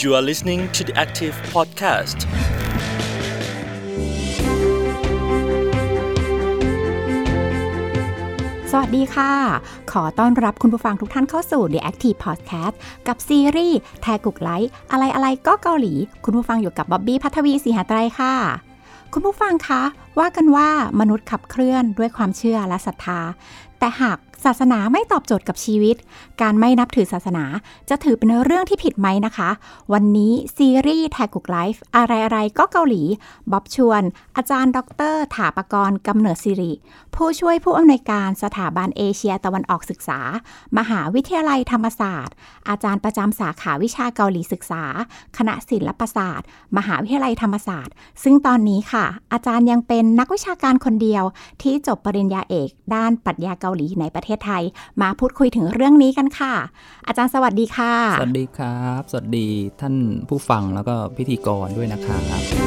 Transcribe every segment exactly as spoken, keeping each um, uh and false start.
You are listening to the Active Podcast. สวัสดีค่ะขอต้อนรับคุณผู้ฟังทุกท่านเข้าสู่ The Active Podcast กับซีรีส์แทกุกไลฟ์อะไรๆก็เกาหลีคุณผู้ฟังอยู่กับบ๊อบบี้ภัทวีศรีหาไตรค่ะคุณผู้ฟังคะว่ากันว่ามนุษย์ขับเคลื่อนด้วยความเชื่อและศรัทธาแต่หากศาสนาไม่ตอบโจทย์กับชีวิตการไม่นับถือศาสนาจะถือเป็นเรื่องที่ผิดไหมนะคะวันนี้ซีรีส์แทกุกไลฟ์อะไรๆก็เกาหลีบ๊อบชวนอาจารย์ดร.ถาปกรณ์กำเนิดสิริผู้ช่วยผู้อำนวยการสถาบันเอเชียตะวันออกศึกษามหาวิทยาลัยธรรมศาสตร์อาจารย์ประจำสาขาวิชาเกาหลีศึกษาคณะศิลปศาสตร์มหาวิทยาลัยธรรมศาสตร์ซึ่งตอนนี้ค่ะอาจารย์ยังเป็นนักวิชาการคนเดียวที่จบปริญญาเอกด้านปรัชญาเกาหลีในประเทศไทยมาพูดคุยถึงเรื่องนี้กันค่ะอาจารย์สวัสดีค่ะสวัสดีครับสวัสดีท่านผู้ฟังแล้วก็พิธีกรด้วยนะครับ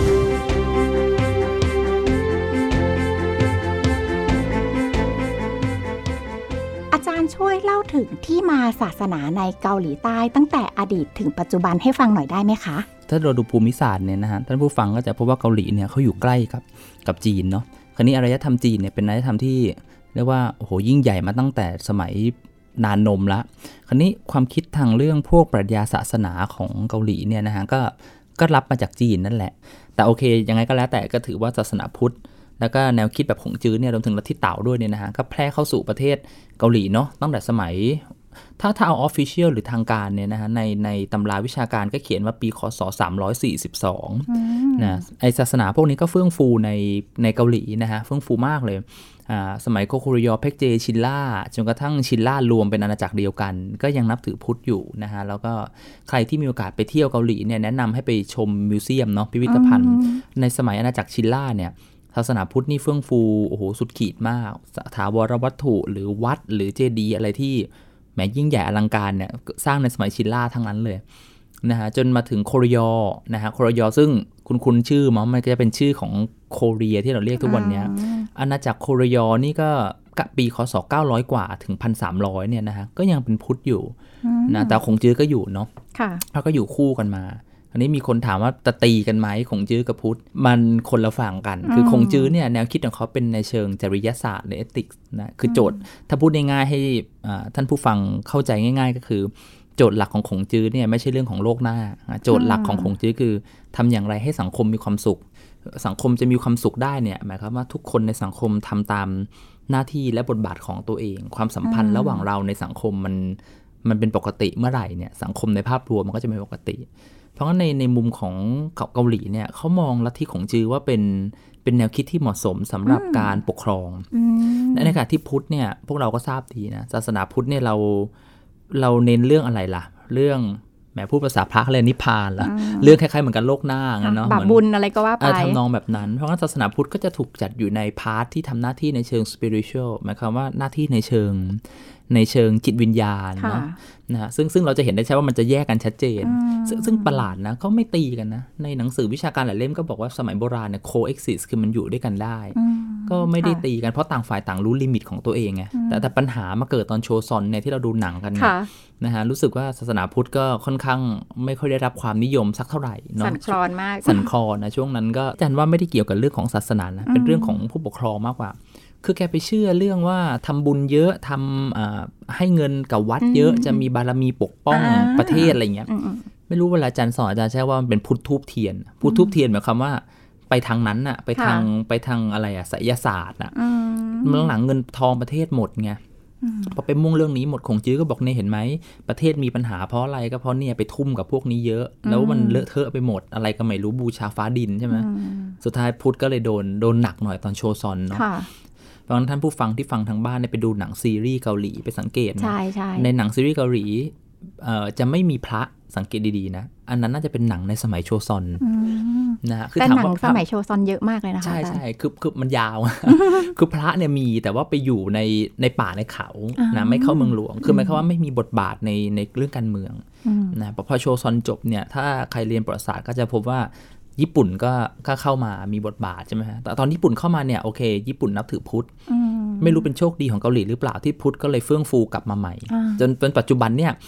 อาจารย์ช่วยเล่าถึงที่มาศาสนาในเกาหลีใต้ตั้งแต่อดีตถึงปัจจุบันให้ฟังหน่อยได้ไหมคะถ้าเราดูภูมิศาสตร์เนี่ยนะฮะท่านผู้ฟังก็จะพบว่าเกาหลีเนี่ยเขาอยู่ใกล้กับกับจีนเนาะคราวนี้อารยธรรมจีนเนี่ยเป็นอารยธรรมที่เรียกว่าโอ้โหยิ่งใหญ่มาตั้งแต่สมัยนานนมละคราวนี้ความคิดทางเรื่องพวกปรัชญาศาสนาของเกาหลีเนี่ยนะฮะก็ก็รับมาจากจีนนั่นแหละแต่โอเคยังไงก็แล้วแต่ก็ถือว่าศาสนาพุทธแล้วก็แนวคิดแบบขงจื้อเนี่ยรวมถึงลัทธิเต๋าด้วยเนี่ยนะฮะก็แพร่เข้าสู่ประเทศเกาหลีเนาะตั้งแต่สมัยถ้าถ้าเอา official หรือทางการเนี่ยนะฮะในในตำราวิชาการก็เขียนว่าปีคศสามร้อยสี่สิบสองนะไอศาสนาพวกนี้ก็เฟื่องฟูในในเกาหลีนะฮะเฟื่องฟูมากเลยอ่าสมัยโคคุริยอเพ็กเจชินล่าจนกระทั่งชินล่ารวมเป็นอาณาจักรเดียวกันก็ยังนับถือพุทธอยู่นะฮะแล้วก็ใครที่มีโอกาสไปเที่ยวเกาหลีเนี่ยแนะนำให้ไปชมมิวเซียมเนาะพิพิธภัณฑ์ในสมัยอาณาจักรชินล่าเนี่ยศาสนาพุทธนี่เฟื่องฟูโอ้โหสุดขีดมากถาวรวัตถุหรือวัดหรือเจดีย์อะไรที่แหมยิ่งใหญ่อลังการเนี่ยสร้างในสมัยชินล่าทั้งนั้นเลยนะฮะจนมาถึงโคริยอนะฮะโคริยอซึ่งคุณคุณชื่อมั้งมันก็จะเป็นชื่อของโคเรียที่เราเรียกทุกวันนี้อาณาจักรโคริยอนี่ก็ปีคศเก้าร้อยกว่าถึง หนึ่งพันสามร้อย เนี่ยนะฮะก็ยังเป็นพุทธอยู่นะแต่คงจื้อก็อยู่เนาะค่ะแล้วก็อยู่คู่กันมาอันนี้มีคนถามว่าจะตีกันไหมคงจื้อกับพุทธมันคนละฝั่งกันคือคงจื้อเนี่ยแนวคิดของเขาเป็นในเชิงจริยศาสตร์หรือเอติกส์นะคือโจทย์ถ้าพูดง่ายๆให้ท่านผู้ฟังเข้าใจง่ายๆก็คือโจทย์หลักของคงจื้อเนี่ยไม่ใช่เรื่องของโลกหน้าโจทย์หลักของคงจื้อคือทำอย่างไรให้สังคมมีความสุขสังคมจะมีความสุขได้เนี่ยหมายความว่าทุกคนในสังคมทำตามหน้าที่และบทบาทของตัวเองความสัมพันธ์ระหว่างเราในสังคมมันมันเป็นปกติเมื่อไหร่เนี่ยสังคมในภาพรวมมันก็จะเป็นปกติเพราะงั้นในในมุมของเกาหลีเนี่ยเขามองลัทธิของจื้อว่าเป็นเป็นแนวคิดที่เหมาะสมสำหรับการปกครองในขณะที่พุทธเนี่ยพวกเราก็ทราบดีนะศาสนาพุทธเนี่ยเราเราเน้นเรื่องอะไรล่ะเรื่องแหมพูดภาษาพระเลยนิพพานล่ะเรื่องคล้ายๆเหมือนกันโลกหน้างั้นเนาะบาปบุญอะไรก็ว่าไปทำนองแบบนั้นเพราะงั้นศาสนาพุทธก็จะถูกจัดอยู่ในพาร์ทที่ทำหน้าที่ในเชิง spiritual หมายความว่าหน้าที่ในเชิงในเชิงจิตวิญญาณเนาะนะฮะซึ่งซึ่งเราจะเห็นได้ใช่ว่ามันจะแยกกันชัดเจนซึ่งซึ่งประหลาดนะเขาไม่ตีกันนะในหนังสือวิชาการหลายเล่มก็บอกว่าสมัยโบราณเนี่ย coexist คือมันอยู่ด้วยกันได้ก็ไม่ได้ตีกันเพราะต่างฝ่ายต่างรู้ลิมิตของตัวเองไงแต่แต่ปัญหามาเกิดตอนโชซอนเนี่ยที่เราดูหนังกันนะฮะรู้สึกว่าศาสนาพุทธก็ค่อนข้างไม่ค่อยได้รับความนิยมสักเท่าไหร่เนาะสั่นคลอนมากสั่นคลอนนะช่วงนั้นก็อาจารย์ว่าไม่ได้เกี่ยวกับเรื่องของศาสนานะเป็นเรื่องของผู้ปกครองมากกว่าคือแกไปเชื่อเรื่องว่าทำบุญเยอะทำให้เงินกับวัดเยอะจะมีบารมีปกป้องประเทศอะไรเงี้ยไม่รู้เวลาอาจารย์สอนอาจารย์ใช้ว่ามันเป็นพุทธทูปเทียนพุทธทูปเทียนหมายความว่าไปทางนั้นน่ะไปทางไปทางอะไรอะไสยศาสตร์น่ะเมื่อหลังเงินทองประเทศหมดไงพอไปมุ่งเรื่องนี้หมดคงจื้อก็บอกเนี่ยเห็นไหมประเทศมีปัญหาเพราะอะไรก็เพราะเนี่ยไปทุ่มกับพวกนี้เยอะแล้วมันเลอะเทอะไปหมดอะไรก็ไม่รู้บูชาฟ้าดินใช่ไหมสุดท้ายพุทธก็เลยโดนโดนหนักหน่อยตอนโชซอนเนาะเพราะฉะนั้นท่านผู้ฟังที่ฟังทางบ้านเนี่ยไปดูหนังซีรีส์เกาหลีไปสังเกตนะใช่ใช่ในหนังซีรีส์เกาหลีจะไม่มีพระสังเกตดีๆนะอันนั้นน่าจะเป็นหนังในสมัยโชซอนนะคือแต่หนังสมัยโชซอนเยอะมากเลยนะคะใช่ใช่คือคือมันยาว คือพระเนี่ยมีแต่ว่าไปอยู่ในในป่าในเขานะไม่เข้าเมืองหลวงคือหมายความว่าไม่มีบทบาทในในเรื่องการเมืองนะพอโชซอนจบเนี่ยถ้าใครเรียนประวัติศาสตร์ก็จะพบว่าญี่ปุ่นก็เข้ามามีบทบาทใช่ไหมฮะแต่ตอนญี่ปุ่นเข้ามาเนี่ยโอเคญี่ปุ่นนับถือพุทธไม่รู้เป็นโชคดีของเกาหลีหรือเปล่าที่พุทธก็เลยเฟื่องฟูกลับมาใหม่จนเป็นปัจจุบันเนี่ย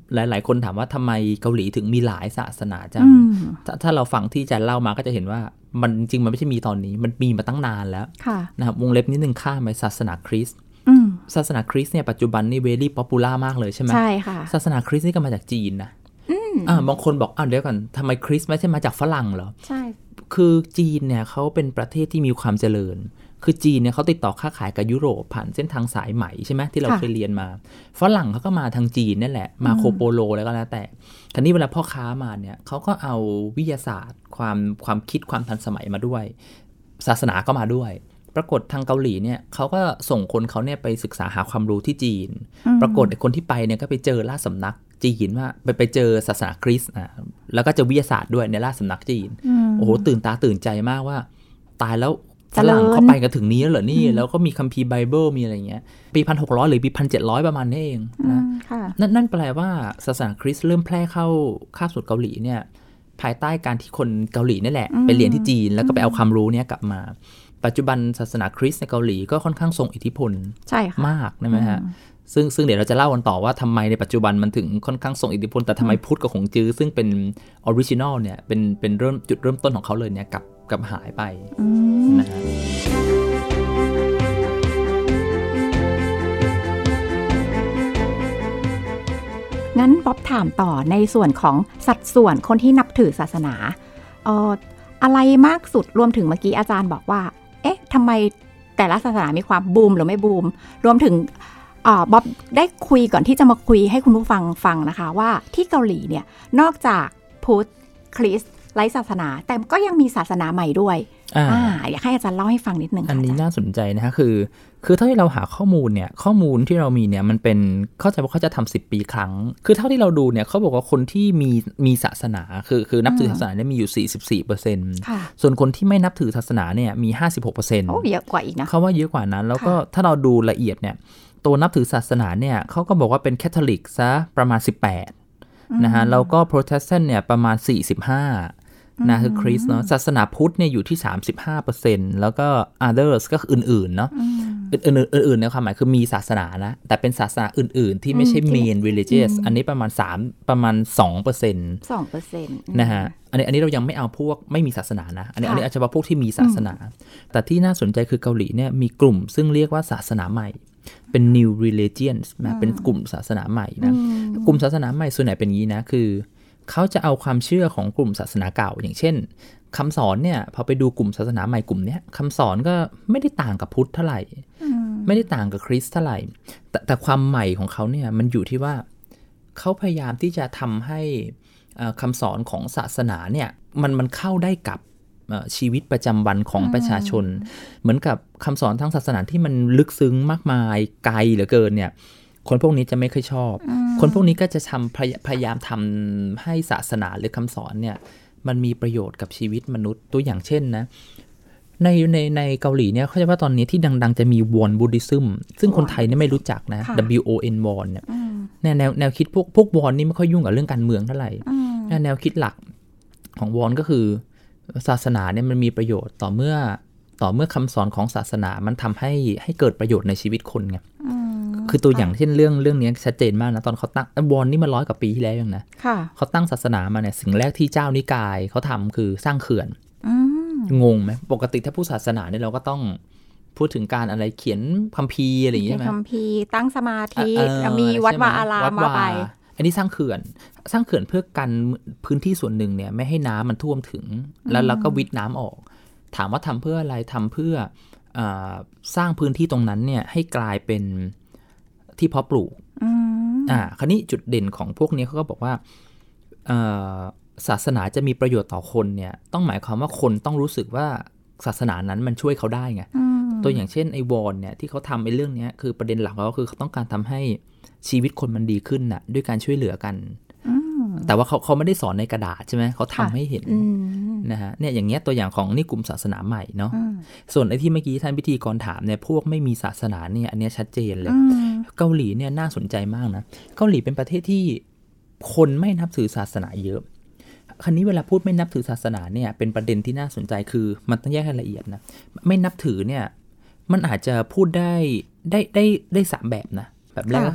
หลายๆคนถามว่าทำไมเกาหลีถึงมีหลายศาสนาจังถถ้าเราฟังที่อาจารย์เล่ามาก็จะเห็นว่ามันจริงๆมันไม่ใช่มีตอนนี้มันมีมาตั้งนานแล้วนะครับวงเล็บนิดนึงข้ามไปศาสนาคริสต์ศาสนาคริสต์เนี่ยปัจจุบันนี่เวลี่ป๊อปปูล่ามากเลยใช่ไหมใช่ค่ะศาสนาคริสต์นี่ก็มาจากจีนนะอ่าบางคนบอกอ้าวเดี๋ยวก่อนทำไมคริสต์ไม่ใช่มาจากฝรั่งเหรอใช่คือจีนเนี่ยเขาเป็นประเทศที่มีความเจริญคือจีนเนี่ยเขาติดต่อค้าขายกับยุโรปผ่านเส้นทางสายไหมใช่ไหมที่เราเคยเรียนมาฝรั่งเขาก็มาทางจีนนั่นแหละมาโคโปโลแล้วก็แล้วแต่คราวนี้เวลาพ่อค้ามาเนี่ยเขาก็เอาวิทยาศาสตร์ความความคิดความทันสมัยมาด้วยศาสนาก็มาด้วยปรากฏทางเกาหลีเนี่ยเขาก็ส่งคนเขาเนี่ยไปศึกษาหาความรู้ที่จีนปรากฏคนที่ไปเนี่ยก็ไปเจอราชสำนักจีนว่าไปไปเจอศาสนาคริสต์อ่ะแล้วก็เจอวิทยาศาสตร์ด้วยในราชสำนักจีนโอ้โหตื่นตาตื่นใจมากว่าตายแล้วฝรั่งเขาไปกันถึงนี้เหรอนี่แล้วก็มีคัมภีร์ไบเบิลมีอะไรเงี้ยปีพันหกร้อยหรือปีพันเจ็ดร้อยประมาณนี้เองนะนั่นนั่นแปลว่าศาสนาคริสต์เริ่มแพร่เข้าคาบสมุทรเกาหลีเนี่ยภายใต้การที่คนเกาหลีนี่แหละไปเรียนที่จีนแล้วก็ไปเอาความรู้เนี่ยกลับมาปัจจุบันศาสนาคริสต์ในเกาหลีก็ค่อนข้างทรงอิทธิพลมากใช่ไหมฮะซึ่งซึ่งเดี๋ยวเราจะเล่ากันต่อว่าทำไมในปัจจุบันมันถึงค่อนข้างทรงอิทธิพลแต่ทำไมพุทธกับหงจื้อซึ่งเป็นออริจินอลเนี่ยเป็นเป็นเริ่มจุดเริ่มต้นของเขาเลยเนี่ยกลับกลับหายไปนะฮะงั้นป๊อบถามต่อในส่วนของสัดส่วนคนที่นับถือศาสนาเอ่ออะไรมากสุดรวมถึงเมื่อกี้อาจารย์บอกว่าเอ๊ะทำไมแต่ละศาสนามีความบูมหรือไม่บูมรวมถึงบ๊อบได้คุยก่อนที่จะมาคุยให้คุณผู้ฟังฟังนะคะว่าที่เกาหลีเนี่ยนอกจากพุทธคริสต์ไร้ศาสนาแต่ก็ยังมีศาสนาใหม่ด้วยอ่าอยากให้อาจารย์เล่าให้ฟังนิดนึงอันนี้น่าสนใจนะคะคือคือเท่าที่เราหาข้อมูลเนี่ยข้อมูลที่เรามีเนี่ยมันเป็นเข้าใจว่าเขาจะทำสิบปีครั้งคือเท่าที่เราดูเนี่ยเขาบอกว่าคนที่มีมีศาสนาคือคือนับถือศาสนาเนี่ยมีอยู่ สี่สิบสี่เปอร์เซ็นต์ ส่วนคนที่ไม่นับถือศาสนาเนี่ยมี ห้าสิบหกเปอร์เซ็นต์โอ้เยอะกว่าอีกนะเขาว่าเยอะกว่านั้นแล้วก็ถ้าเราดูละเอียดเนี่ยตัวนับถือศาสนาเนี่ยเขาก็บอกว่าเป็นแคทอลิกซะประมาณสิบแปดนะฮะแล้วก็โปรเตสแตนต์เนี่ยประมาณสี่สิบห้านะคือคริสต์เนาะศาสนาพุทธเนี่ยอยู่ที่ สามสิบห้าเปอร์เซ็นต์ แล้วก็ others ก็คืออื่นๆเนาะอื่นๆอื่นๆในความหมายคือมีศาสนานะแต่เป็นศาสนาอื่นๆที่ไม่ใช่ main religious อันนี้ประมาณ3ประมาณ สองเปอร์เซ็นต์สองเปอร์เซ็นต์นะฮะอันนี้อันนี้เรายังไม่เอาพวกไม่มีศาสนานะอันนี้อันนี้อาจจะว่าพวกที่มีศาสนาแต่ที่น่าสนใจคือเกาหลีเนี่ยมีกลุ่มซึ่งเรียกว่าศาสนาใหม่เป็น new religions นะเป็นกลุ่มศาสนาใหม่นะกลุ่มศาสนาใหม่ส่วนใหญ่เป็นอย่างนี้นะคือเขาจะเอาความเชื่อของกลุ่มศาสนาเก่าอย่างเช่นคำสอนเนี่ยพอไปดูกลุ่มศาสนาใหม่กลุ่มนี้คำสอนก็ไม่ได้ต่างกับพุทธเท่าไหร่ไม่ได้ต่างกับคริสต์เท่าไหร่แต่แต่ความใหม่ของเขาเนี่ยมันอยู่ที่ว่าเขาพยายามที่จะทำให้คำสอนของศาสนาเนี่ยมันมันเข้าได้กับชีวิตประจำวันของประชาชนเหมือนกับคำสอนทางศาสนาที่มันลึกซึ้งมากมายไกลเหลือเกินเนี่ยคนพวกนี้จะไม่ค่อยชอบคนพวกนี้ก็จะทำพยายามทำให้ศาสนาหรือคำสอนเนี่ยมันมีประโยชน์กับชีวิตมนุษย์ตัวอย่างเช่นนะในในในเกาหลีเนี่ยเขาจะว่าตอนนี้ที่ดังๆจะมีวอนบูดิซึมซึ่งคนไทยเนี่ยไม่รู้จักนะ W O N วอนเนี่ยแนวแนวคิดพวกพวกวอนนี่ไม่ค่อยยุ่งกับเรื่องการเมืองเท่าไหร่แนวคิดหลักของวอนก็คือศาสนาเนี่ยมันมีประโยชน์ต่อเมื่อต่อเมื่อคำสอนของศาสนามันทำให้ให้เกิดประโยชน์ในชีวิตคนไงคือตัวอย่างเช่นเรื่องเรื่องนี้ชัดเจนมากนะตอนเขาตั้งวอนนี่มาร้อยกว่าปีที่แล้วยังนะเขาตั้งศาสนามาเนี่ยสิ่งแรกที่เจ้านิกายเขาทำคือสร้างเขื่อนงงไหมปกติถ้าผู้ศาสนาเนี่ยเราก็ต้องพูดถึงการอะไรเขียนคัมภีร์อะไรอย่างเงี้ยใช่ไหมคัมภีร์ตั้งสมาธิมีวัดวาอารามมาไปอันนี้สร้างเขื่อนสร้างเขื่อนเพื่อกันพื้นที่ส่วนหนึ่งเนี่ยไม่ให้น้ำมันท่วมถึงแล้วแล้วก็วิทน้ำออกถามว่าทำเพื่ออะไรทำเพื่อสร้างพื้นที่ตรงนั้นเนี่ยให้กลายเป็นที่เพาะปลูกอ่าคราวนี้จุดเด่นของพวกนี้เขาก็บอกว่าศาสนาจะมีประโยชน์ต่อคนเนี่ยต้องหมายความว่าคนต้องรู้สึกว่าศาสนานั้นมันช่วยเขาได้ไงตัวอย่างเช่นไอวอนเนี่ยที่เขาทำไอเรื่องนี้คือประเด็นหลักเขาก็คือเขาต้องการทำให้ชีวิตคนมันดีขึ้นน่ะด้วยการช่วยเหลือกันแต่ว่าเขาเขาไม่ได้สอนในกระดาษใช่ไหมเขาทำให้เห็นนะฮะเนี่ยอย่างเงี้ยตัวอย่างของนี่กลุ่มศาสนาใหม่เนาะส่วนไอ้ที่เมื่อกี้ท่านพิธีกรถามเนี่ยพวกไม่มีศาสนาเนี่ยอันนี้ชัดเจนเลยเกาหลีเนี่ยน่าสนใจมากนะเกาหลีเป็นประเทศที่คนไม่นับถือศาสนาเยอะคราวนี้เวลาพูดไม่นับถือศาสนาเนี่ยเป็นประเด็นที่น่าสนใจคือมันต้องแยกให้ละเอียดนะไม่นับถือเนี่ยมันอาจจะพูดได้ได้ได้ได้สามแบบนะแบบแรกก็คือ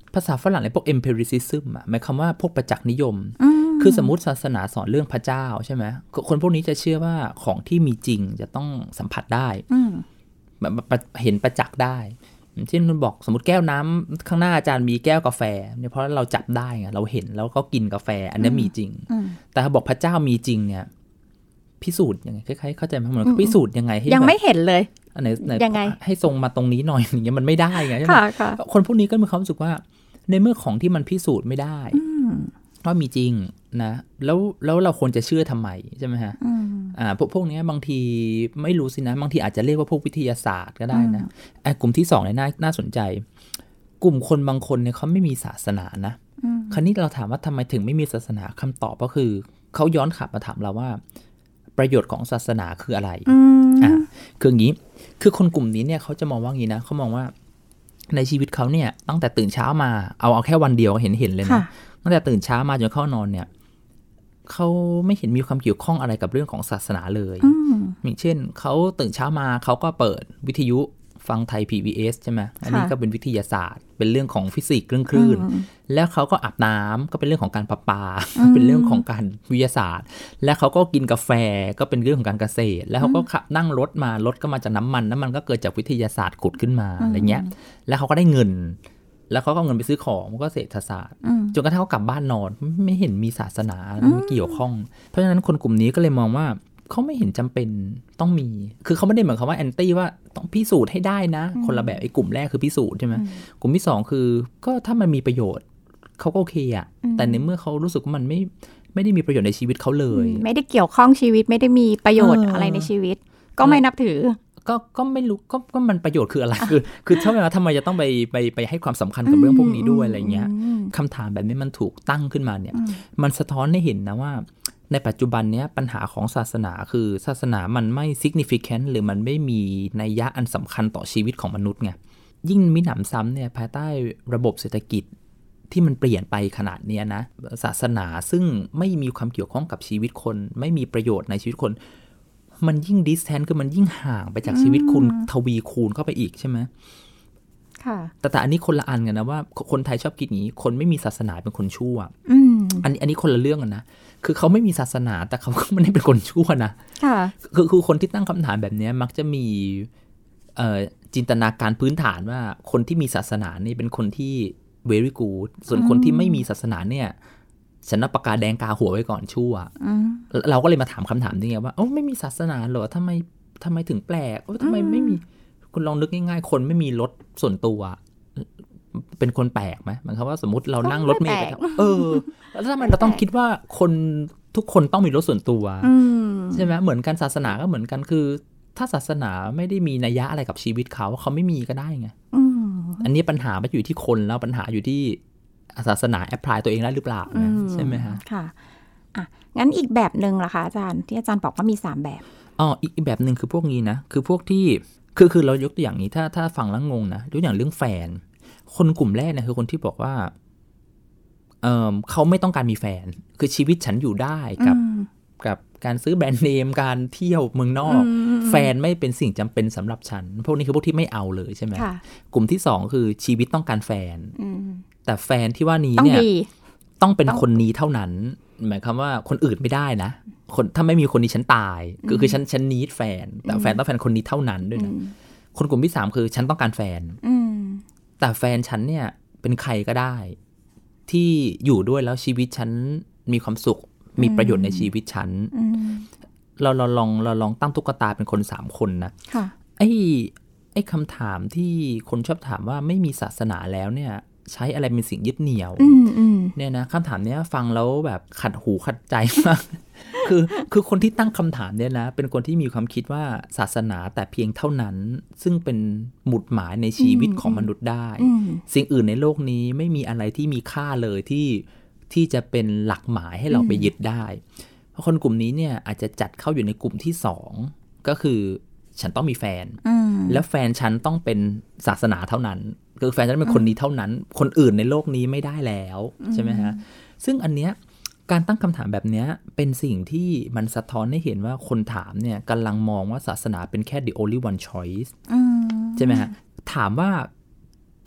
ภาษาฝรั่งในพวก empiricism อ่ะหมายความว่าพวกประจักษ์นิยมคือสมมุติศาสนาสอนเรื่องพระเจ้าใช่ไหมคนพวกนี้จะเชื่อว่าของที่มีจริงจะต้องสัมผัสได้แบบเห็นประจักษ์ได้เช่นคุณบอกสมมติแก้วน้ำข้างหน้าอาจารย์มีแก้วกาแฟเนี่ยเพราะเราจับได้ไงเราเห็นแล้วก็กินกาแฟอันนี้มีจริงแต่ถ้าบอกพระเจ้ามีจริงเนี่ยพิสูจน์ยังไงคล้ายๆเข้าใจไหมเหมือนพิสูจน์ยังไงให้ยังไม่เห็นเลยอันไหนยังไงให้ทรงมาตรงนี้หน่อยอย่างเงี้ยมันไม่ได้ไงใช่ไหมคนพวกนี้ก็มีความรู้สึกว่าในเมื่อของที่มันพิสูจน์ไม่ได้ว่ามีจริงนะแล้วแล้วเราควรจะเชื่อทำไมใช่ไหมฮะอ่าพวกพวกนี้บางทีไม่รู้สินะบางทีอาจจะเรียกว่าพวกวิทยาศาสตร์ก็ได้นะไอ้กลุ่มที่สองเนี่ยน่าน่าสนใจกลุ่มคนบางคนเนี่ยเขาไม่มีศาสนานะคราวนี้เราถามว่าทำไมถึงไม่มีศาสนาคำตอบก็คือเขาย้อนกลับมาถามเราว่าประโยชน์ของศาสนาคืออะไรอ่าคืออย่างนี้คือคนกลุ่มนี้เนี่ยเขาจะมองว่างี้นะเขามองว่าในชีวิตเขาเนี่ยตั้งแต่ตื่นเช้ามาเอาเอาแค่วันเดียวเห็นเห็นเลยนะตั้งแต่ตื่นเช้ามาจนเข้านอนเนี่ยเขาไม่เห็นมีความเกี่ยวข้องอะไรกับเรื่องของศาสนาเลยอย่างเช่นเขาตื่นเช้ามาเขาก็เปิดวิทยุฟังไทย พี บี เอส ใช่ไหมอันนี้ก็เป็นวิทยาศาสตร์เป็นเรื่องของฟิสิกส์เรื่องคลื่นแล้วเขาก็อาบน้ำก็เป็นเรื่องของการประปาเป็นเรื่องของการวิทยาศาสตร์แล้วเขาก็กินกาแฟก็เป็นเรื่องของการเกษตรแล้วเขาก็ขับนั่งรถมารถก็มาจากน้ำมันน้ำมันก็เกิดจากวิทยาศาสตร์ขุดขึ้นมาอะไรเงี้ยแล้วเขาก็ได้เงินแล้วเขาก็เงินไปซื้อของมันก็เศรษฐศาสตร์จนกระทั่งเขากลับบ้านนอนไม่เห็นมีศาสนาไม่เกี่ยวข้องเพราะฉะนั้นคนกลุ่มนี้ก็เลยมองว่าเขาไม่เห็นจำเป็นต้องมีคือเขาไม่ได้เหมือนคำว่าแอนตี้ว่าต้องพิสูจน์ให้ได้นะคนละแบบไอ้กลุ่มแรกคือพิสูจน์ใช่ไหมกลุ่มที่สองคือก็ถ้ามันมีประโยชน์เขาก็โอเคอะแต่ในเมื่อเขารู้สึกว่ามันไม่ไม่ได้มีประโยชน์ในชีวิตเขาเลยไม่ได้เกี่ยวข้องชีวิตไม่ได้มีประโยชน์อะไรในชีวิตก็ไม่นับถือก็ก็ไม่รู้ก็ก็มันประโยชน์คืออะไรคือคือทำไมว่าทำไมจะต้องไปไปไปให้ความสำคัญกับเรื่องพวกนี้ด้วยอะไรเงี้ยคำถามแบบนี้มันถูกตั้งขึ้นมาเนี่ยมันสะท้อนให้เห็นนะว่าในปัจจุบันเนี้ยปัญหาของศาสนาคือศาสนามันไม่ significant หรือมันไม่มีนัยยะอันสำคัญต่อชีวิตของมนุษย์ไงยิ่งมิหนำซ้ำเนี่ยภายใต้ระบบเศรษฐกิจที่มันเปลี่ยนไปขนาดนี้นะศาสนาซึ่งไม่มีความเกี่ยวข้องกับชีวิตคนไม่มีประโยชน์ในชีวิตคนมันยิ่ง distance คือมันยิ่งห่างไปจากชีวิตคุณทวีคูณเข้าไปอีกใช่ไหมค่ะแต่แต่อันนี้คนละอันกันนะว่าคนไทยชอบคิดอย่างนี้คนไม่มีศาสนาเป็นคนชั่วอันนี้อันนี้คนละเรื่องกันนะคือเขาไม่มีศาสนาแต่เขาก็ไม่ได้เป็นคนชั่วนะค่ะคือคือคนที่ตั้งคำถามแบบนี้มักจะมีเอ่อจินตนาการพื้นฐานว่าคนที่มีศาสนานี่เป็นคนที่ very good ส่วนคนที่ไม่มีศาสนาเนี่ยฉันนับปากกาแดงกาหัวไว้ก่อนชั่วเราก็เลยมาถามคำถามนี้ไงว่าเอ้าไม่มีศาสนาเหรอทำไมทำไมถึงแปลกทำไมไม่มีคุณลองนึกง่ายๆคนไม่มีรถส่วนตัวเป็นคนแปลกไหมหมายความว่าสมมติเรานั่งรถเมล์ไปเออแล้วทำไมเราต้องคิดว่าคนทุกคนต้องมีรถส่วนตัวใช่ไหมเหมือนกันศาสนาก็เหมือนกันคือถ้าศาสนาไม่ได้มีนัยยะอะไรกับชีวิตเขาเขาไม่มีก็ได้ไงอันนี้ปัญหาไม่อยู่ที่คนแล้วปัญหาอยู่ที่ศาสนาแอพพลายตัวเองได้หรือเปล่าใช่ไหมฮะค่ะอ่ะงั้นอีกแบบนึงล่ะคะอาจารย์ที่อาจารย์บอกว่ามีสามแบบอ๋ออีกแบบนึงคือพวกนี้นะคือพวกที่คือคือเรายกตัวอย่างนี้ถ้าถ้าฟังแล้วงงนะยกตัวอย่างเรื่องแฟนคนกลุ่มแรกเนี่ยคือคนที่บอกว่าเออเขาไม่ต้องการมีแฟนคือชีวิตฉันอยู่ได้กับกับการซื้อแบรนด์เนมการเที่ยวเมืองนอกแฟนไม่เป็นสิ่งจำเป็นสำหรับฉันพวกนี้คือพวกที่ไม่เอาเลยใช่ไหมกลุ่มที่สองคือชีวิตต้องการแฟนแต่แฟนที่ว่านี้เนี่ยต้องเป็นคนนี้เท่านั้นหมายความว่าคนอื่นไม่ได้นะคนถ้าไม่มีคนนี้ฉันตายคือคือฉันฉันนีดแฟนแต่แฟนต้องแฟนคนนี้เท่านั้นด้วยนะคนกลุ่มที่สามคือฉันต้องการแฟนแต่แฟนฉันเนี่ยเป็นใครก็ได้ที่อยู่ด้วยแล้วชีวิตฉันมีความสุขมีประโยชน์ในชีวิตฉันเราเราลองเราลองตั้งตุ๊กตาเป็นคนสามคนนะไอ้ไอ้คำถามที่คนชอบถามว่าไม่มีศาสนาแล้วเนี่ยใช้อะไรเป็นสิ่งยึดเหนี่ยวเนี่ยนะคำถามนี้ฟังแล้วแบบขัดหูขัดใจมาก คือคือคนที่ตั้งคำถามเนี่ยนะเป็นคนที่มีความคิดว่าศาสนาแต่เพียงเท่านั้นซึ่งเป็นหมุดหมายในชีวิตของมนุษย์ได้สิ่งอื่นในโลกนี้ไม่มีอะไรที่มีค่าเลยที่ที่จะเป็นหลักหมายให้เราไปยึดได้เพราะคนกลุ่มนี้เนี่ยอาจจะจัดเข้าอยู่ในกลุ่มที่สองก็คือฉันต้องมีแฟนแล้วแฟนฉันต้องเป็นศาสนาเท่านั้นคือแฟนฉันเป็นคนนี้เท่านั้นคนอื่นในโลกนี้ไม่ได้แล้วใช่ไหมฮะซึ่งอันเนี้ยการตั้งคำถามแบบนี้เป็นสิ่งที่มันสะท้อนให้เห็นว่าคนถามเนี่ยกำลังมองว่าศาสนาเป็นแค่ the only one choice ใช่ไหมฮะถามว่า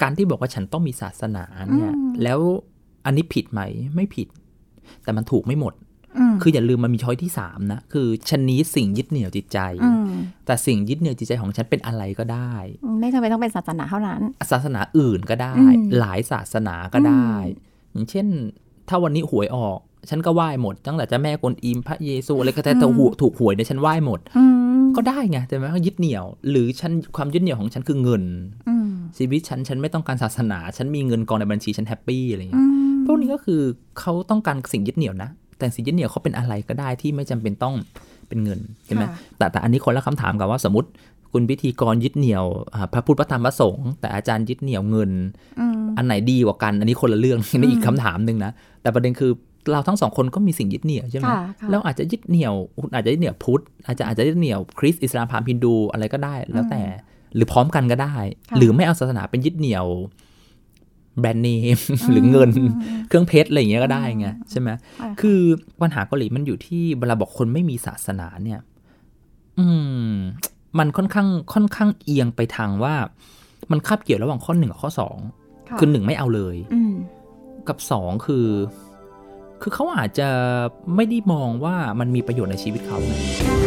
การที่บอกว่าฉันต้องมีศาสนาเนี่ยแล้วอันนี้ผิดไหมไม่ผิดแต่มันถูกไม่หมดคืออย่าลืมมันมีช้อยที่สามนะคือฉันนี้สิ่งยึดเหนี่ยวจิตใจแต่สิ่งยึดเหนี่ยวจิตใจของฉันเป็นอะไรก็ได้ไม่จำเป็นต้องเป็นศาสนาเท่านั้นศาสนาอื่นก็ได้หลายศาสนาก็ได้อย่างเช่นถ้าวันนี้หวยออกฉันก็ไหว้หมดตั้งแต่เจ้าแม่กวนอิมพระเยซูอะไรก็แต่แต่ถูกหวยเนี่ยฉันไหว้หมดก็ได้ไงใช่ไหมยึดเหนี่ยวหรือฉันความยึดเหนี่ยวของฉันคือเงินชีวิตฉันฉันไม่ต้องการศาสนาฉันมีเงินกองในบัญชีฉันแฮปปี้อะไรเงี้ยพวกนี้ก็คือเขาต้องการสิ่งยึดเหนี่ยวนะแต่สิ่งยึดเหนี่ยวเขาเป็นอะไรก็ได้ที่ไม่จำเป็นต้องเป็นเงินใช่ไหมแต่แต่อันนี้คนละคำถามกับว่าสมมติคุณพิธีกรยึดเหนี่ยวพระพุทธพระธรรมพระสงฆ์แต่อาจารย์ยึดเหนี่ยวเงินอันไหนดีกว่ากันอันนี้คนละเรื่องนี่อีกคำถามนึงนะแต่ประเด็นคือเราทั้งสองคนก็มีสิ่งยึดเหนี่ยวใช่ไหมแล้วอาจจะยึดเหนี่ยวอาจจะยึดเหนี่ยวพุทธอาจจะอาจจะยึดเหนี่ยวคริสต์อิสลามพราหมณ์ฮินดูอะไรก็ได้แล้วแต่หรือพร้อมกันก็ได้หรือไม่เอาศาสนาเป็นยึดเหนี่ยวแบรนด์เนมหรือเงินเครื่องเพชรอะไรอย่างเงี้ยก็ได้ไงใช่ไหมคือปัญหาเกาหลีมันอยู่ที่เวลาบอกคนไม่มีศาสนาเนี่ยอืมมันค่อนข้างค่อนข้างเอียงไปทางว่ามันคาบเกี่ยวระหว่างข้อหนึ่งกับข้อสองคือหนึ่งไม่เอาเลยกับสองคือคือเขาอาจจะไม่ได้มองว่ามันมีประโยชน์ในชีวิตเขานะ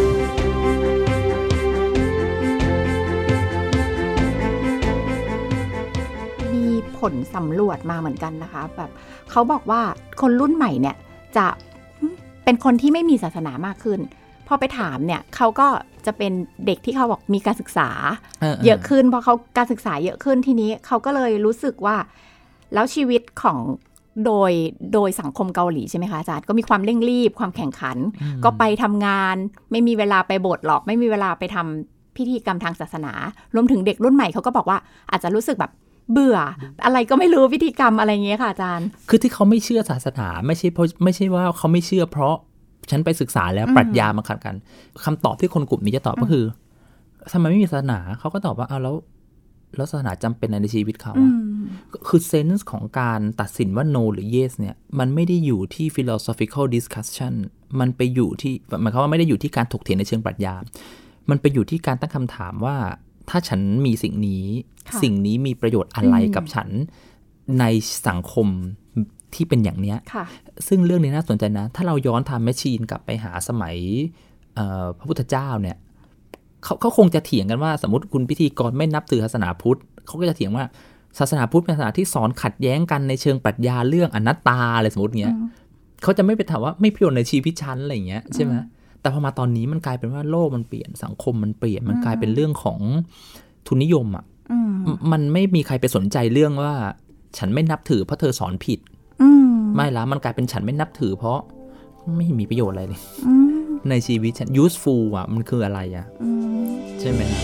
มีผลสำรวจมาเหมือนกันนะคะแบบเขาบอกว่าคนรุ่นใหม่เนี่ยจะเป็นคนที่ไม่มีศาสนามากขึ้นพอไปถามเนี่ยเขาก็จะเป็นเด็กที่เขาบอกมีการศึกษา เออ เยอะขึ้นพอเขาการศึกษาเยอะขึ้นทีนี้เขาก็เลยรู้สึกว่าแล้วชีวิตของโดยโดยสังคมเกาหลีใช่ไหมคะอาจารย์ก็มีความเร่งรีบความแข่งขันก็ไปทำงานไม่มีเวลาไปโบสถ์หรอกไม่มีเวลาไปทำพิธีกรรมทางศาสนารวมถึงเด็กรุ่นใหม่เขาก็บอกว่าอาจจะรู้สึกแบบเบื่ออะไรก็ไม่รู้พิธีกรรมอะไรเงี้ยค่ะอาจารย์คือที่เขาไม่เชื่อศาสนาไม่ใช่เพราะไม่ใช่ว่าเขาไม่เชื่อเพราะฉันไปศึกษาแล้วปรัชญามาขัดกันคำตอบที่คนกลุ่มนี้จะตอบก็คือทำไมไม่มีศาสนาเขาก็ตอบว่าเอาแล้วแล้วศาสนาจำเป็นในชีวิตเขาคือเซนส์ของการตัดสินว่า no หรือ yes เนี่ยมันไม่ได้อยู่ที่ philosophical discussion มันไปอยู่ที่หมายความว่าไม่ได้อยู่ที่การถกเถียงในเชิงปรัชญามันไปอยู่ที่การตั้งคำถามว่าถ้าฉันมีสิ่งนี้สิ่งนี้มีประโยชน์อะไรกับฉันในสังคมที่เป็นอย่างเนี้ยซึ่งเรื่องนี้น่าสนใจนะถ้าเราย้อนไทม์แมชชีนกลับไปหาสมัยพระพุทธเจ้าเนี่ยเขาเขาคงจะเถียงกันว่าสมมติคุณพิธีกรไม่นับถือศาสนาพุทธเขาก็จะเถียงว่าศาสนาพุทธเป็นศาสนาที่สอนขัดแย้งกันในเชิงปรัชญาเรื่องอนัตตาอะไรสมมติเงี้ยเขาจะไม่ไปถามว่าไม่ประโยชน์ในชีวิตฉันอะไรอย่างเงี้ยใช่ไหมแต่พอมาตอนนี้มันกลายเป็นว่าโลกมันเปลี่ยนสังคมมันเปลี่ยนมันกลายเป็นเรื่องของทุนนิยมอ่ะมันไม่มีใครไปสนใจเรื่องว่าฉันไม่นับถือเพราะเธอสอนผิดไม่ละมันกลายเป็นฉันไม่นับถือเพราะไม่มีประโยชน์อะไรเลยในชีวิตฉัน useful อ่ะมันคืออะไรอ่ะใช่ไหมนะ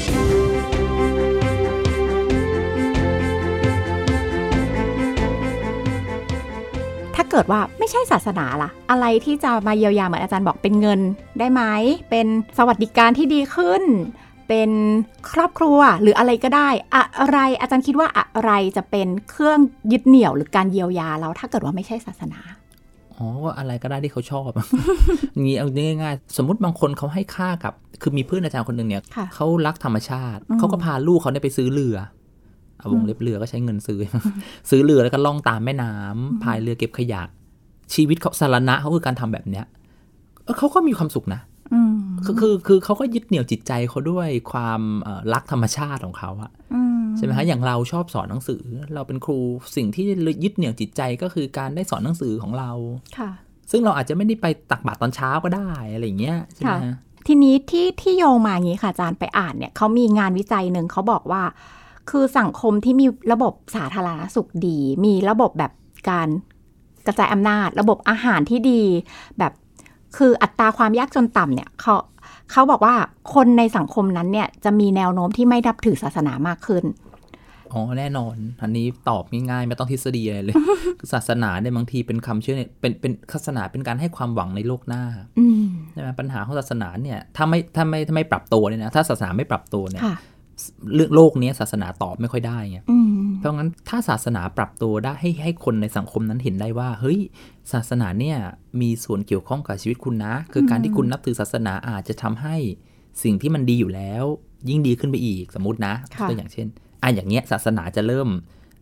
ถ้าเกิดว่าไม่ใช่ศาสนาล่ะอะไรที่จะมาเยียวยาเหมือนอาจารย์บอกเป็นเงินได้ไหมเป็นสวัสดิการที่ดีขึ้นเป็นครอบครัวหรืออะไรก็ได้อะไรอาจารย์คิดว่าอะไรจะเป็นเครื่องยึดเหนี่ยวหรือการเยียวยาเราถ้าเกิดว่าไม่ใช่ศาสนาอ๋อว่าอะไรก็ได้ที่เขาชอบงี้เอาง่ายๆสมมุติบางคนเขาให้ค่ากับคือมีเพื่อนอาจารย์คนนึงเนี่ยเขารักธรรมชาติเขาก็พาลูกเขาเนี่ยไปซื้อเรือเอาวงเล็บเรือก็ใช้เงินซื้อ ซื้อเรือแล้วก็ล่องตามแม่น้ำพายเรือเก็บขยะชีวิตเขาสารณะเขาคือการทำแบบเนี้ยเขาก็มีความสุขนะคือคือคือเขาก็ยึดเหนี่ยวจิตใจเขาด้วยความรักธรรมชาติของเขาอะใช่ไหมฮะอย่างเราชอบสอนหนังสือเราเป็นครูสิ่งที่ยึดเหนี่ยวจิตใจก็คือการได้สอนหนังสือของเราค่ะซึ่งเราอาจจะไม่ได้ไปตักบาตรตอนเช้าก็ได้อะไรอย่างเงี้ยใช่ไหมฮะทีนี้ที่ที่โยงมาอย่างนี้ค่ะอาจารย์ไปอ่านเนี่ยเขามีงานวิจัยหนึ่งเขาบอกว่าคือสังคมที่มีระบบสาธารณสุขดีมีระบบแบบการกระจายอำนาจระบบอาหารที่ดีแบบคืออัตราความยากจนต่ำเนี่ยเขาเขาบอกว่าคนในสังคมนั้นเนี่ยจะมีแนวโน้มที่ไม่นับถือศาสนามากขึ้นอ๋อแน่นอนอันนี้ตอบง่ายๆไม่ต้องทฤษฎีอะไรเลย ศาสนาเนี่ยบางทีเป็นคำเชื่อเนี่ยเป็นเป็นศาสนาเป็นการให้ความหวังในโลกหน้าใช่ไหมปัญหาของศาสนาเนี่ยถ้าไม่ถ้าไม่ถ้าไม่ปรับตัวเนี่ยนะถ้าศาสนาไม่ปรับตัวเนี่ยเรื่องโลกนี้ศาสนาตอบไม่ค่อยได้ไงเพราะงั้นถ้าศาสนาปรับตัวได้ให้ให้คนในสังคมนั้นเห็นได้ว่าเฮ้ยศาสนาเนี่ยมีส่วนเกี่ยวข้องกับชีวิตคุณนะคือการที่คุณนับถือศาสนาอาจจะทำให้สิ่งที่มันดีอยู่แล้วยิ่งดีขึ้นไปอีกสมมตินะตัวอย่างเช่นอ่ะอย่างเงี้ยศาสนาจะเริ่ม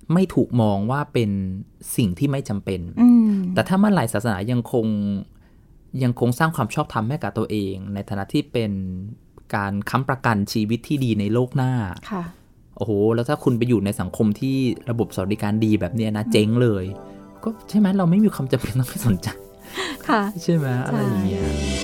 ไม่ถูกมองว่าเป็นสิ่งที่ไม่จำเป็นแต่ถ้าเมื่อไหร่ศาสนายังคงยังคงสร้างความชอบธรรมให้กับตัวเองในฐานะที่เป็นการค้ำประกันชีวิตที่ดีในโลกหน้าโอ้โหแล้วถ้าคุณไปอยู่ในสังคมที่ระบบสวัสดิการดีแบบนี้นะเจ๊งเลยก็ใช่ไหมเราไม่มีความจำเป็นต้องไปสนใจใช่ไหมอะไรอย่างเงี้ย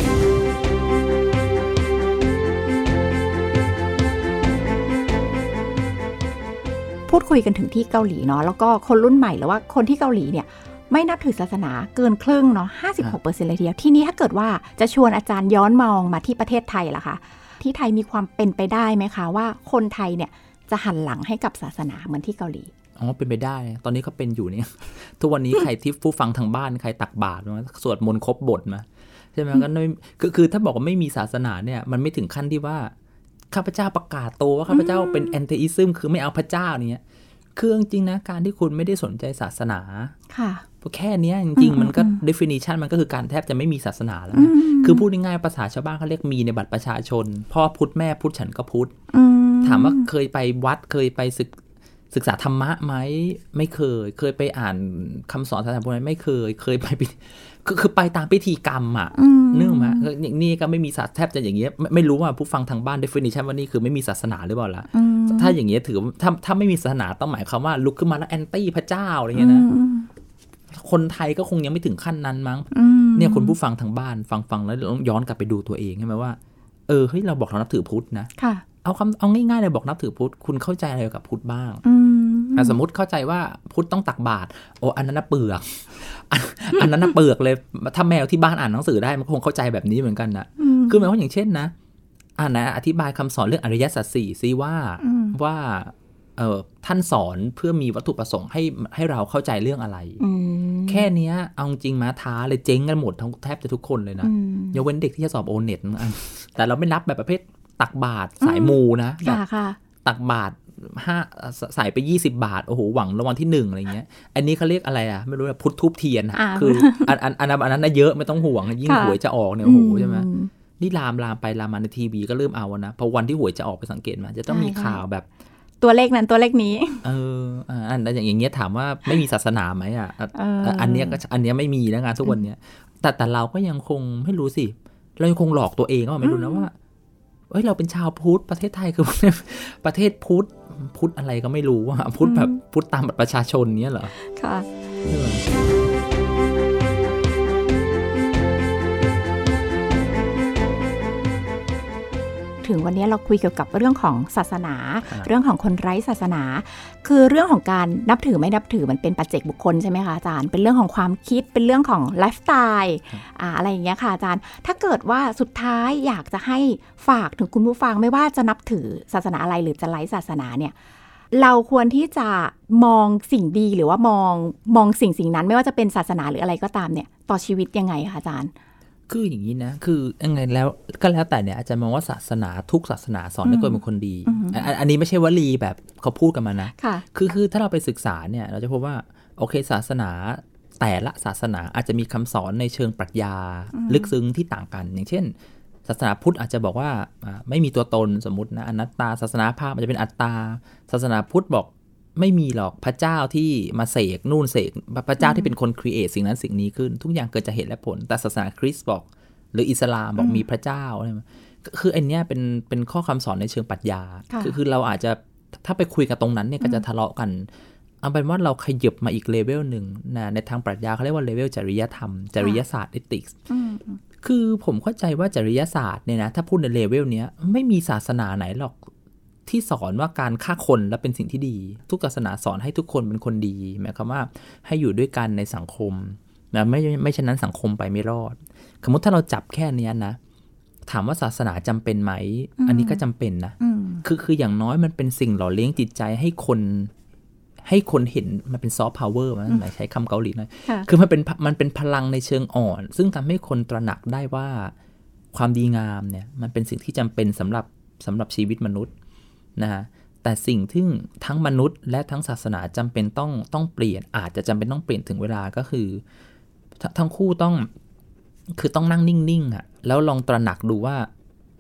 พูดคุยกันถึงที่เกาหลีเนาะแล้วก็คนรุ่นใหม่หรือว่าคนที่เกาหลีเนี่ยไม่นับถือศาสนาเกินครึ่งเนาะ ห้าสิบหกเปอร์เซ็นต์ เลยทีเดียวที่นี้ถ้าเกิดว่าจะชวนอาจารย์ย้อนมองมาที่ประเทศไทยล่ะคะที่ไทยมีความเป็นไปได้ไหมคะว่าคนไทยเนี่ยจะหันหลังให้กับศาสนาเหมือนที่เกาหลีอ๋อเป็นไปได้ตอนนี้ก็เป็นอยู่เนี่ยทุกวันนี้ใครที่ผู้ฟังทางบ้านใครตักบาตรมาสวดมนต์ครบบทมาใช่ไหมก็คือคือถ้าบอกว่าไม่มีศาสนาเนี่ยมันไม่ถึงขั้นที่ว่าข้าพเจ้าประกาศตัวว่าข้าพเจ้าเป็นแอนติอิซึมคือไม่เอาพระเจ้าเนี่ยคือจริงๆนะการที่คุณไม่ได้สนใจศาสนาค่ะแค่นี้จริงๆมันก็ definition มันก็คือการแทบจะไม่มีศาสนาแล้วนะคือพูดง่ายๆภาษาชาวบ้านเขาเรียกมีในบัตรประชาชนพ่อพุทธแม่พุทธฉันก็พุทธถามว่าเคยไปวัดเคยไปศึกศึกษาธรรมะไหมไม่เคยเคยไปอ่านคำสอนศาสนาพุทธไหมไม่เคยเคยไปคือคือไปตามพิธีกรรมอ่ะนึกออกไหมนี่ก็ไม่มีศาสนาแทบจะอย่างเงี้ยไม่รู้ว่าผู้ฟังทางบ้าน definition ว่านี่คือไม่มีศาสนาหรือเปล่าล่ะถ้าอย่างเงี้ยถือถ้าถ้าไม่มีศาสนาต้องหมายความว่าลุกขึ้นมาแล้วแอนตี้พระเจ้าอะไรเงี้ยนะคนไทยก็คงยังไม่ถึงขั้นนั้นมั้งเนี่ยคนผู้ฟังทางบ้านฟังฟังแล้วย้อนกลับไปดูตัวเองใช่ไหมว่าเออเฮ้ยเราบอกเรานับถือพุทธนะเอาคำเอาง่ายๆเลยบอกนับถือพุทธคุณเข้าใจอะไรกับพุทธบ้างสมมติเข้าใจว่าพุทธต้องตักบาตรโอ้อันนั้นน่ะเปลือกอันนั้นน่ะเปลือกเลยถ้าแมวที่บ้านอ่านหนังสือได้มันคงเข้าใจแบบนี้เหมือนกันนะคือหมายความอย่างเช่นนะอ่านะอธิบายคำสอนเรื่องอริยสัจสี่ซิว่าว่าเออท่านสอนเพื่อมีวัตถุประสงค์ให้ให้เราเข้าใจเรื่องอะไรแค่นี้เอาจริงมาท้าเลยเจ๊งกันหมดทั้งแทบจะทุกคนเลยนะยกเว้นเด็กที่จะสอบโอเน็ตแต่เราไม่นับแบบประเภทตักบาตรสายมูนะแบบตักบาตรห้าใส่ไปยี่สิบบาทโอ้โหหวังรางวัลที่หนึ่งอะไรเงี้ยอันนี้เขาเรียกอะไรอ่ะไม่รู้ว่าพุทธทูปเทียนอ่ะคืออันอันอันอันนั้นน่ะเยอะไม่ต้องห่วงยิ่งหวยจะออกเนี่ยโอ้โหใช่ไหมนี่ลามลามไปลามมาในทีวีก็เริ่มเอานะพอวันที่หวยจะออกไปสังเกตมาจะต้องมีข่าวแบบตัวเลขนั้นตัวเลขนี้เอออันอย่างอย่างเงี้ยถามว่าไม่มีศาสนาไหมอ่ะอันเนี้ยก็อันเนี้ยไม่มีแล้วงานทุกวันเนี้ยแต่แต่เราก็ยังคงไม่รู้สิเรายังคงหลอกตัวเองว่าไม่รู้นะว่าเอ้ยเราเป็นชาวพุทธประเทศไทยคือประเทศพุทธพุทธอะไรก็ไม่รู้ว่าพุทธแบบพุทธตามบัตรประชาชนเนี้ยเหรอค่ะถึงวันนี้เราคุยเกี่ยวกับเรื่องของศาสนาเรื่องของคนไร้ศาสนาคือเรื่องของการนับถือไม่นับถือมันเป็นปัจเจกบุคคลใช่ไหมคะอาจารย์เป็นเรื่องของความคิดเป็นเรื่องของไลฟ์สไตล์อ่าอะไรอย่างเงี้ยค่ะอาจารย์ถ้าเกิดว่าสุดท้ายอยากจะให้ฝากถึงคุณผู้ฟังไม่ว่าจะนับถือศาสนาอะไรหรือจะไร้ศาสนาเนี่ยเราควรที่จะมองสิ่งดีหรือว่ามองมองสิ่งสิ่งนั้นไม่ว่าจะเป็นศาสนาหรืออะไรก็ตามเนี่ยต่อชีวิตยังไงคะอาจารย์คืออย่างนี้นะคือยังไงแล้วก็แล้วแต่เนี่ยอาจจะมองว่าศาสนาทุกศาสนาสอนให้คนเป็นคนดีอันนี้ไม่ใช่วลีแบบเขาพูดกันมานะคือคือถ้าเราไปศึกษาเนี่ยเราจะพบว่าโอเคศาสนาแต่ละศาสนาอาจจะมีคำสอนในเชิงปรัชญาลึกซึ้งที่ต่างกันอย่างเช่นศาสนาพุทธอาจจะบอกว่าไม่มีตัวตนสมมตินะอนัตตาศาสนาพราหมณ์อาจจะเป็นอัตตาศาสนาพุทธบอกไม่มีหรอกพระเจ้าที่มาเสกนู่นเสกพระเจ้าที่เป็นคนครีเอทสิ่งนั้นสิ่งนี้ขึ้นทุกอย่างเกิดจากเหตุและผลแต่ศาสนาคริสต์บอกหรืออิสลามบอกมีพระเจ้าอะไรคืออันเนี้ยเป็นเป็นข้อคำสอนในเชิงปรัชญาคือคือเราอาจจะถ้าไปคุยกันตรงนั้นเนี่ยก็จะทะเลาะกันเอาเป็นว่าเราขยับมาอีกเลเวลหนึ่งนะในทางปรัชญาเขาเรียกว่าเลเวลจริยธรรมจริยศาสตร์ ethics คือผมเข้าใจว่าจริยศาสตร์เนี่ยนะถ้าพูดในเลเวลเนี้ยไม่มีศาสนาไหนหรอกที่สอนว่าการฆ่าคนแล้วเป็นสิ่งที่ดีทุกศาสนาสอนให้ทุกคนเป็นคนดีหมายความว่าให้อยู่ด้วยกันในสังคมนะไม่ไม่เช่นนั้นสังคมไปไม่รอดสมมติถ้าเราจับแค่นี้นะถามว่าศาสนาจำเป็นไหม อ, อันนี้ก็จำเป็นนะคือคืออย่างน้อยมันเป็นสิ่งหล่อเลี้ยงจิตใจให้คนให้คนเห็นมันเป็นซอฟต์พาวเวอร์มันใช้คำเกาหลีหน่อยคือมันเป็นมันเป็นพลังในเชิงอ่อนซึ่งทำให้คนตระหนักได้ว่าความดีงามเนี่ยมันเป็นสิ่งที่จำเป็นสำหรับสำหรับชีวิตมนุษย์นะฮะแต่สิ่งที่ทั้งมนุษย์และทั้งศาสนาจำเป็นต้องต้องเปลี่ยนอาจจะจำเป็นต้องเปลี่ยนถึงเวลาก็คือทั้งคู่ต้องคือต้องนั่งนิ่งๆอ่ะแล้วลองตระหนักดูว่า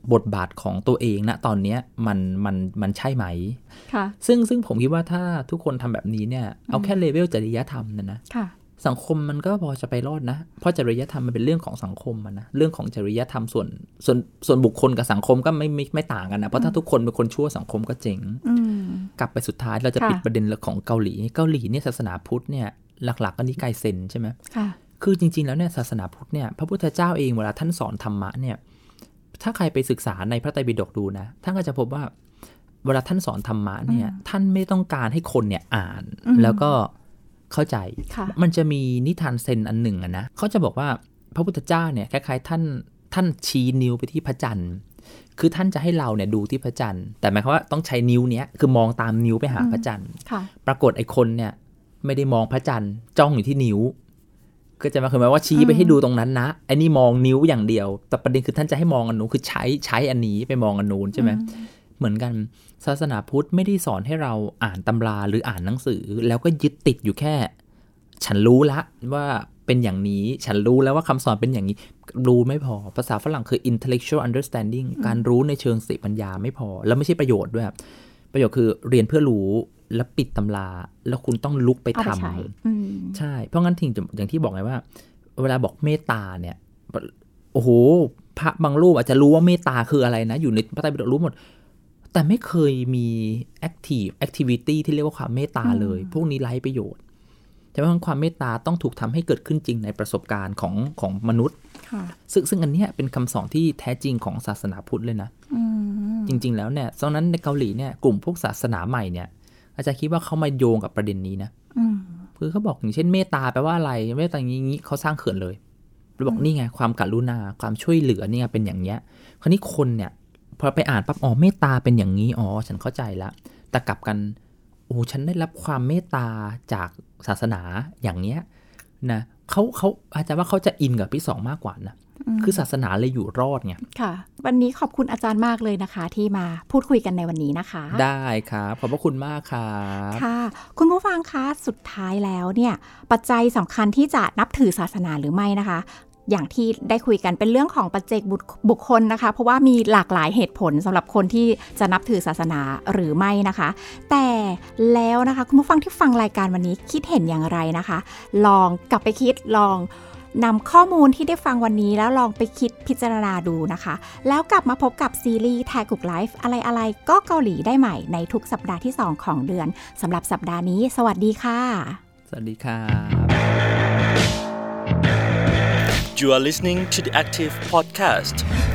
บทบาทของตัวเองณตอนนี้มันมันมันใช่ไหมค่ะซึ่งซึ่งผมคิดว่าถ้าทุกคนทำแบบนี้เนี่ยเอาแค่เลเวลจริยธรรมนะนะสังคมมันก็พอจะไปรอดนะเพราะจริยธรรมมันเป็นเรื่องของสังคมมันนะเรื่องของจริยธรรมส่วนส่วนส่วนบุคคลกับสังคมก็ไม่ไม่ไม่ต่างกันนะเพราะถ้าทุกคนเป็นคนชั่วสังคมก็เจ๋งกลับไปสุดท้ายเราจะปิดประเด็นของเกาหลีเกาหลีเนี่ยศาสนาพุทธเนี่ยหลักๆก็นิกายเซนใช่ไหมคือจริงๆแล้วเนี่ยศาสนาพุทธเนี่ยพระพุทธเจ้าเองเวลาท่านสอนธรรมะเนี่ยถ้าใครไปศึกษาในพระไตรปิฎกดูนะท่านก็จะพบว่าเวลาท่านสอนธรรมะเนี่ยท่านไม่ต้องการให้คนเนี่ยอ่านแล้วก็เข้าใจมันจะมีนิทานเซนอันหนึ่งอะนะเขาจะบอกว่าพระพุทธเจ้าเนี่ยคล้ายๆท่านท่านชี้นิ้วไปที่พระจันทร์คือท่านจะให้เราเนี่ยดูที่พระจันทร์แต่หมายความว่าต้องใช้นิ้วเนี้ยคือมองตามนิ้วไปหาพระจันทร์ปรากฏไอ้คนเนี่ยไม่ได้มองพระจันทร์จ้องอยู่ที่นิ้วก็จะมาคือหมายว่าชี้ไปให้ดูตรงนั้นนะไอ้นี่มองนิ้วอย่างเดียวแต่ประเด็นคือท่านจะให้มองอันนู้นคือใช้ใช้อันนี้ไปมองอันนู้นใช่ไหมเหมือนกันศาสนาพุทธไม่ได้สอนให้เราอ่านตำราหรืออ่านหนังสือแล้วก็ยึดติดอยู่แค่ฉันรู้ละว่าเป็นอย่างนี้ฉันรู้แล้วว่าคำสอนเป็นอย่างนี้รู้ไม่พอภาษาฝรั่งคือ intellectual understanding การรู้ในเชิงสติปัญญาไม่พอแล้วไม่ใช่ประโยชน์ด้วยประโยชน์คือเรียนเพื่อรู้แล้วปิดตำราแล้วคุณต้องลุกไปทำใช่เพราะงั้นถึงอย่างที่บอกไงว่าเวลาบอกเมตตาเนี่ยโอ้โหพระบางรูปอาจจะรู้ว่าเมตตาคืออะไรนะอยู่ในพระไตรปิฎกรู้หมดแต่ไม่เคยมี active activity ที่เรียกว่าความเมตตาเลยพวกนี้ไร้ประโยชน์แต่ว่าความเมตตาต้องถูกทำให้เกิดขึ้นจริงในประสบการณ์ของของมนุษย์ซึ่งซึ่งอันนี้เป็นคำสอนที่แท้จริงของศาสนาพุทธเลยนะจริงๆแล้วเนี่ยตอนนั้นในเกาหลีเนี่ยกลุ่มพวกศาสนาใหม่เนี่ยอาจารย์คิดว่าเขามาโยงกับประเด็นนี้นะคือเขาบอกอย่างเช่นเมตตาแปลว่าอะไรเมตตาอย่างนี้เขาสร้างเขื่อนเลยเราบอกนี่ไงความกรุณาความช่วยเหลือเนี่ยเป็นอย่างเนี้ยคราวนี้คนเนี่ยพอไปอ่านปั๊บอ๋อเมตตาเป็นอย่างนี้อ๋อฉันเข้าใจละแต่กลับกันโอ้ฉันได้รับความเมตตาจากศาสนาอย่างเนี้ยนะเขาเขาอาจารย์ว่าเขาจะอินกับพี่สองมากกว่านะคือศาสนาเลยอยู่รอดไงค่ะวันนี้ขอบคุณอาจารย์มากเลยนะคะที่มาพูดคุยกันในวันนี้นะคะได้ครับขอบพระคุณมากครับค่ะคุณผู้ฟังคะสุดท้ายแล้วเนี่ยปัจจัยสำคัญที่จะนับถือศาสนาหรือไม่นะคะอย่างที่ได้คุยกันเป็นเรื่องของปัจเจกบุคคลนะคะเพราะว่ามีหลากหลายเหตุผลสำหรับคนที่จะนับถือศาสนาหรือไม่นะคะแต่แล้วนะคะคุณผู้ฟังที่ฟังรายการวันนี้คิดเห็นอย่างไรนะคะลองกลับไปคิดลองนำข้อมูลที่ได้ฟังวันนี้แล้วลองไปคิดพิจารณาดูนะคะแล้วกลับมาพบกับซีรีส์แทกุกไลฟ์อะไรๆก็เกาหลีได้ใหม่ในทุกสัปดาห์ที่สองของเดือนสำหรับสัปดาห์นี้สวัสดีค่ะสวัสดีครับ You are listening to the Active Podcast